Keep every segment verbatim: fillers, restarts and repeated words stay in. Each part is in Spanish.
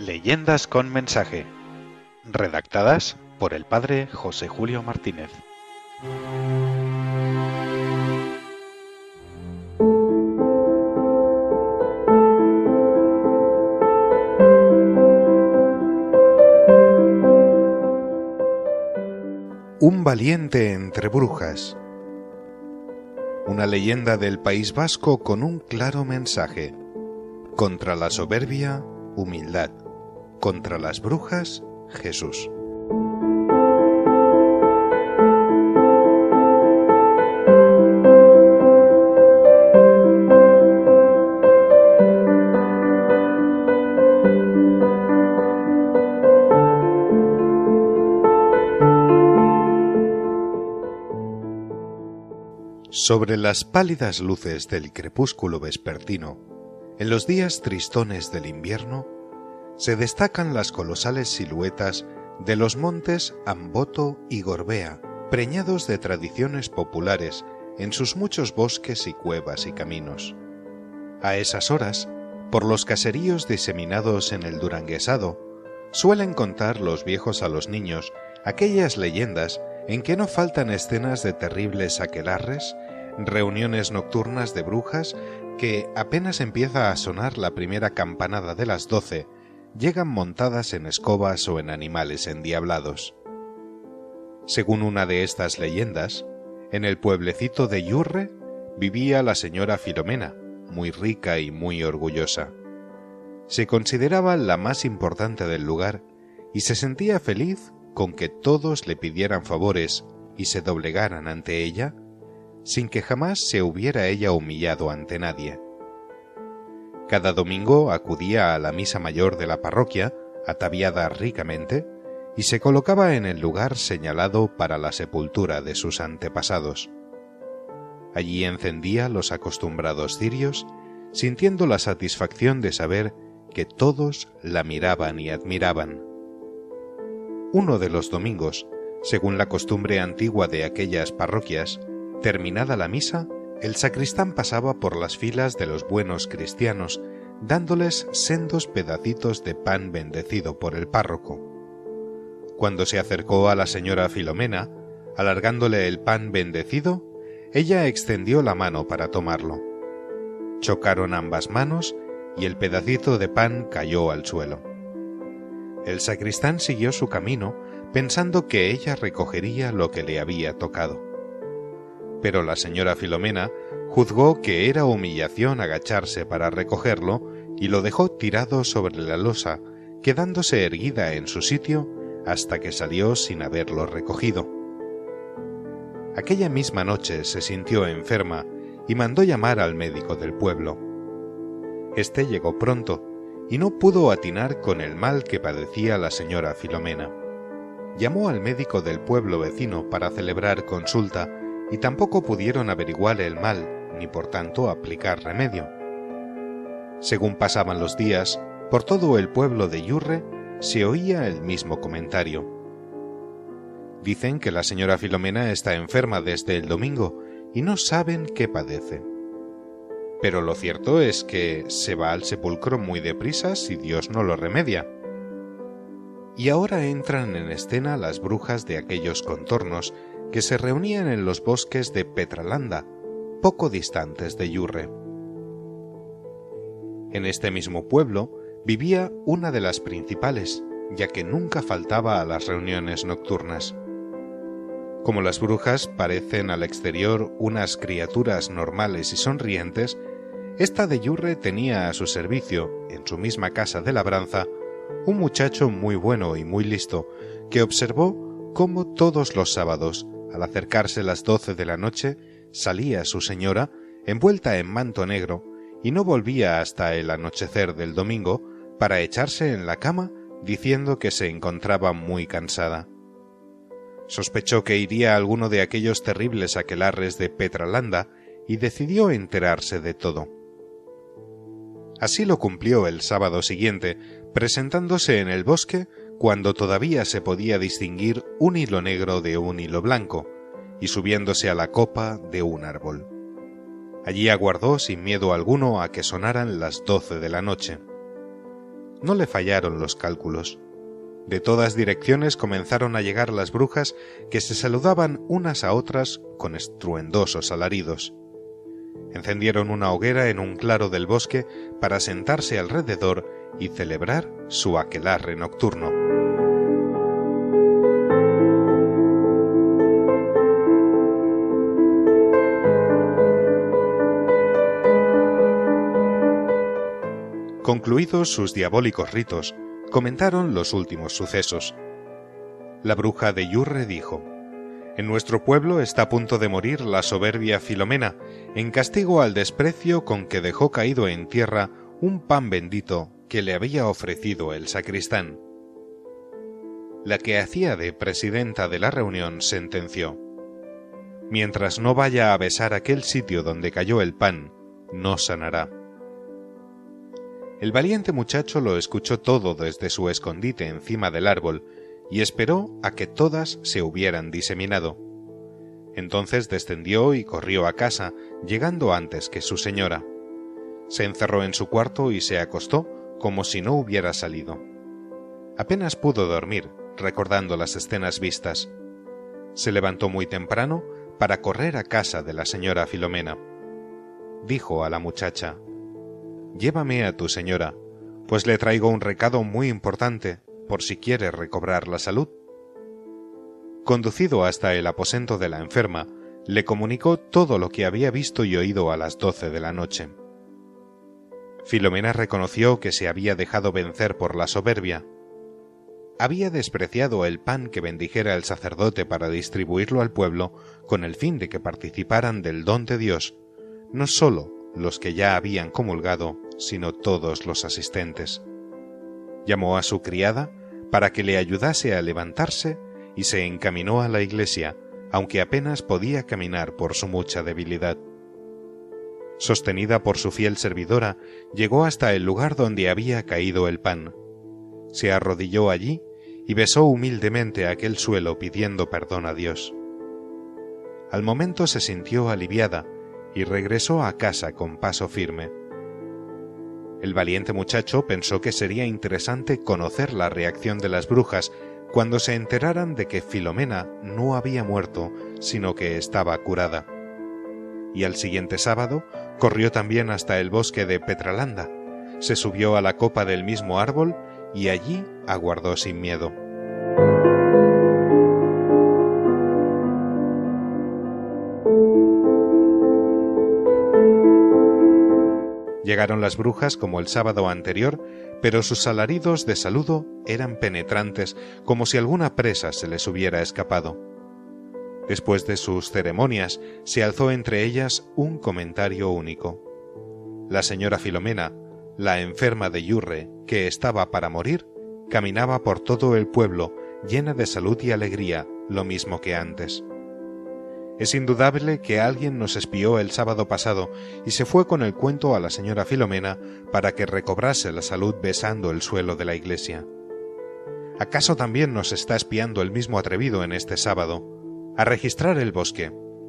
Leyendas con mensaje, redactadas por el padre José Julio Martínez. Un valiente entre brujas. Una leyenda del País Vasco con un claro mensaje. Contra la soberbia, humildad. Contra las brujas, Jesús. Sobre las pálidas luces del crepúsculo vespertino, en los días tristones del invierno, se destacan las colosales siluetas de los montes Amboto y Gorbea, preñados de tradiciones populares en sus muchos bosques y cuevas y caminos. A esas horas, por los caseríos diseminados en el Duranguesado, suelen contar los viejos a los niños aquellas leyendas en que no faltan escenas de terribles aquelarres, reuniones nocturnas de brujas que, apenas empieza a sonar la primera campanada de las doce, llegan montadas en escobas o en animales endiablados. Según una de estas leyendas, en el pueblecito de Yurre vivía la señora Filomena, muy rica y muy orgullosa. Se consideraba la más importante del lugar y se sentía feliz con que todos le pidieran favores y se doblegaran ante ella, sin que jamás se hubiera ella humillado ante nadie. Cada domingo acudía a la misa mayor de la parroquia, ataviada ricamente, y se colocaba en el lugar señalado para la sepultura de sus antepasados. Allí encendía los acostumbrados cirios, sintiendo la satisfacción de saber que todos la miraban y admiraban. Uno de los domingos, según la costumbre antigua de aquellas parroquias, terminada la misa, el sacristán pasaba por las filas de los buenos cristianos, dándoles sendos pedacitos de pan bendecido por el párroco. Cuando se acercó a la señora Filomena, alargándole el pan bendecido, ella extendió la mano para tomarlo. Chocaron ambas manos y el pedacito de pan cayó al suelo. El sacristán siguió su camino, pensando que ella recogería lo que le había tocado. Pero la señora Filomena juzgó que era humillación agacharse para recogerlo y lo dejó tirado sobre la losa, quedándose erguida en su sitio hasta que salió sin haberlo recogido. Aquella misma noche se sintió enferma y mandó llamar al médico del pueblo. Este llegó pronto y no pudo atinar con el mal que padecía la señora Filomena. Llamó al médico del pueblo vecino para celebrar consulta y tampoco pudieron averiguar el mal, ni por tanto aplicar remedio. Según pasaban los días, por todo el pueblo de Yurre se oía el mismo comentario. Dicen que la señora Filomena está enferma desde el domingo y no saben qué padece. Pero lo cierto es que se va al sepulcro muy deprisa si Dios no lo remedia. Y ahora entran en escena las brujas de aquellos contornos que se reunían en los bosques de Petralanda, poco distantes de Yurre. En este mismo pueblo vivía una de las principales, ya que nunca faltaba a las reuniones nocturnas. Como las brujas parecen al exterior unas criaturas normales y sonrientes, esta de Yurre tenía a su servicio, en su misma casa de labranza, un muchacho muy bueno y muy listo, que observó cómo todos los sábados, al acercarse las doce de la noche, salía su señora, envuelta en manto negro, y no volvía hasta el anochecer del domingo para echarse en la cama diciendo que se encontraba muy cansada. Sospechó que iría a alguno de aquellos terribles aquelarres de Petralanda y decidió enterarse de todo. Así lo cumplió el sábado siguiente, presentándose en el bosque cuando todavía se podía distinguir un hilo negro de un hilo blanco, y subiéndose a la copa de un árbol. Allí aguardó sin miedo alguno a que sonaran las doce de la noche. No le fallaron los cálculos. De todas direcciones comenzaron a llegar las brujas, que se saludaban unas a otras con estruendosos alaridos. Encendieron una hoguera en un claro del bosque para sentarse alrededor y celebrar su aquelarre nocturno. Concluidos sus diabólicos ritos, comentaron los últimos sucesos. La bruja de Yurre dijo: «En nuestro pueblo está a punto de morir la soberbia Filomena, en castigo al desprecio con que dejó caído en tierra un pan bendito que le había ofrecido el sacristán». La que hacía de presidenta de la reunión sentenció: «Mientras no vaya a besar aquel sitio donde cayó el pan, no sanará». El valiente muchacho lo escuchó todo desde su escondite encima del árbol y esperó a que todas se hubieran diseminado. Entonces descendió y corrió a casa, llegando antes que su señora. Se encerró en su cuarto y se acostó como si no hubiera salido. Apenas pudo dormir, recordando las escenas vistas. Se levantó muy temprano para correr a casa de la señora Filomena. Dijo a la muchacha: «Llévame a tu señora, pues le traigo un recado muy importante, por si quiere recobrar la salud». Conducido hasta el aposento de la enferma, le comunicó todo lo que había visto y oído a las doce de la noche. Filomena reconoció que se había dejado vencer por la soberbia. Había despreciado el pan que bendijera el sacerdote para distribuirlo al pueblo con el fin de que participaran del don de Dios, no sólo los que ya habían comulgado, sino todos los asistentes. Llamó a su criada para que le ayudase a levantarse y se encaminó a la iglesia, aunque apenas podía caminar por su mucha debilidad. Sostenida por su fiel servidora, llegó hasta el lugar donde había caído el pan. Se arrodilló allí y besó humildemente aquel suelo pidiendo perdón a Dios. Al momento se sintió aliviada y regresó a casa con paso firme. El valiente muchacho pensó que sería interesante conocer la reacción de las brujas cuando se enteraran de que Filomena no había muerto, sino que estaba curada. Y al siguiente sábado corrió también hasta el bosque de Petralanda, se subió a la copa del mismo árbol y allí aguardó sin miedo. Llegaron las brujas como el sábado anterior, pero sus alaridos de saludo eran penetrantes, como si alguna presa se les hubiera escapado. Después de sus ceremonias, se alzó entre ellas un comentario único. La señora Filomena, la enferma de Yurre, que estaba para morir, caminaba por todo el pueblo, llena de salud y alegría, lo mismo que antes. Es indudable que alguien nos espió el sábado pasado y se fue con el cuento a la señora Filomena para que recobrase la salud besando el suelo de la iglesia. ¿Acaso también nos está espiando el mismo atrevido en este sábado? A registrar el bosque.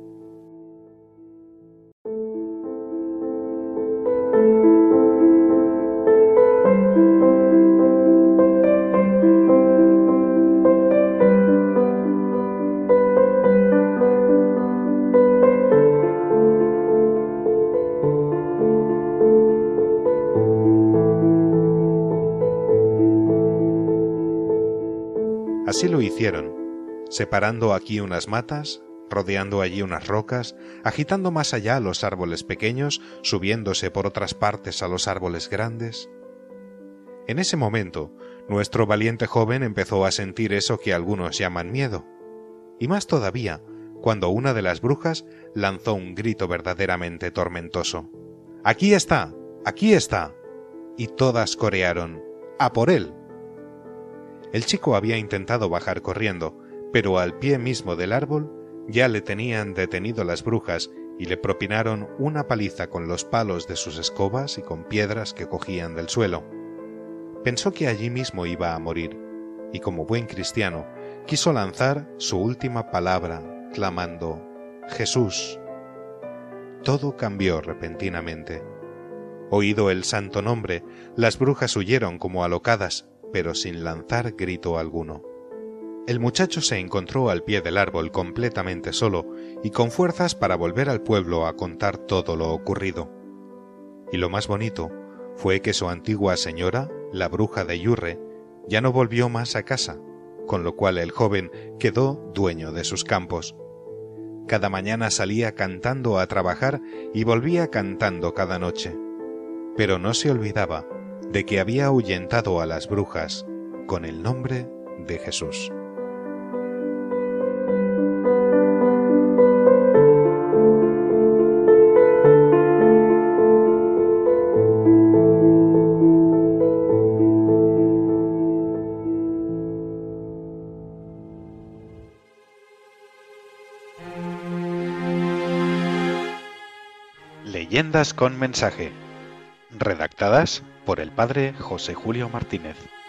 Así lo hicieron, separando aquí unas matas, rodeando allí unas rocas, agitando más allá los árboles pequeños, subiéndose por otras partes a los árboles grandes. En ese momento, nuestro valiente joven empezó a sentir eso que algunos llaman miedo, y más todavía, cuando una de las brujas lanzó un grito verdaderamente tormentoso. «¡Aquí está! ¡Aquí está!» Y todas corearon: «¡A por él!». El chico había intentado bajar corriendo, pero al pie mismo del árbol ya le tenían detenido las brujas y le propinaron una paliza con los palos de sus escobas y con piedras que cogían del suelo. Pensó que allí mismo iba a morir, y como buen cristiano, quiso lanzar su última palabra, clamando: «Jesús». Todo cambió repentinamente. Oído el santo nombre, las brujas huyeron como alocadas, pero sin lanzar grito alguno. El muchacho se encontró al pie del árbol completamente solo y con fuerzas para volver al pueblo a contar todo lo ocurrido. Y lo más bonito fue que su antigua señora, la bruja de Yurre, ya no volvió más a casa, con lo cual el joven quedó dueño de sus campos. Cada mañana salía cantando a trabajar y volvía cantando cada noche, pero no se olvidaba de que había ahuyentado a las brujas con el nombre de Jesús. Leyendas con mensaje, redactadas por el padre José Julio Martínez.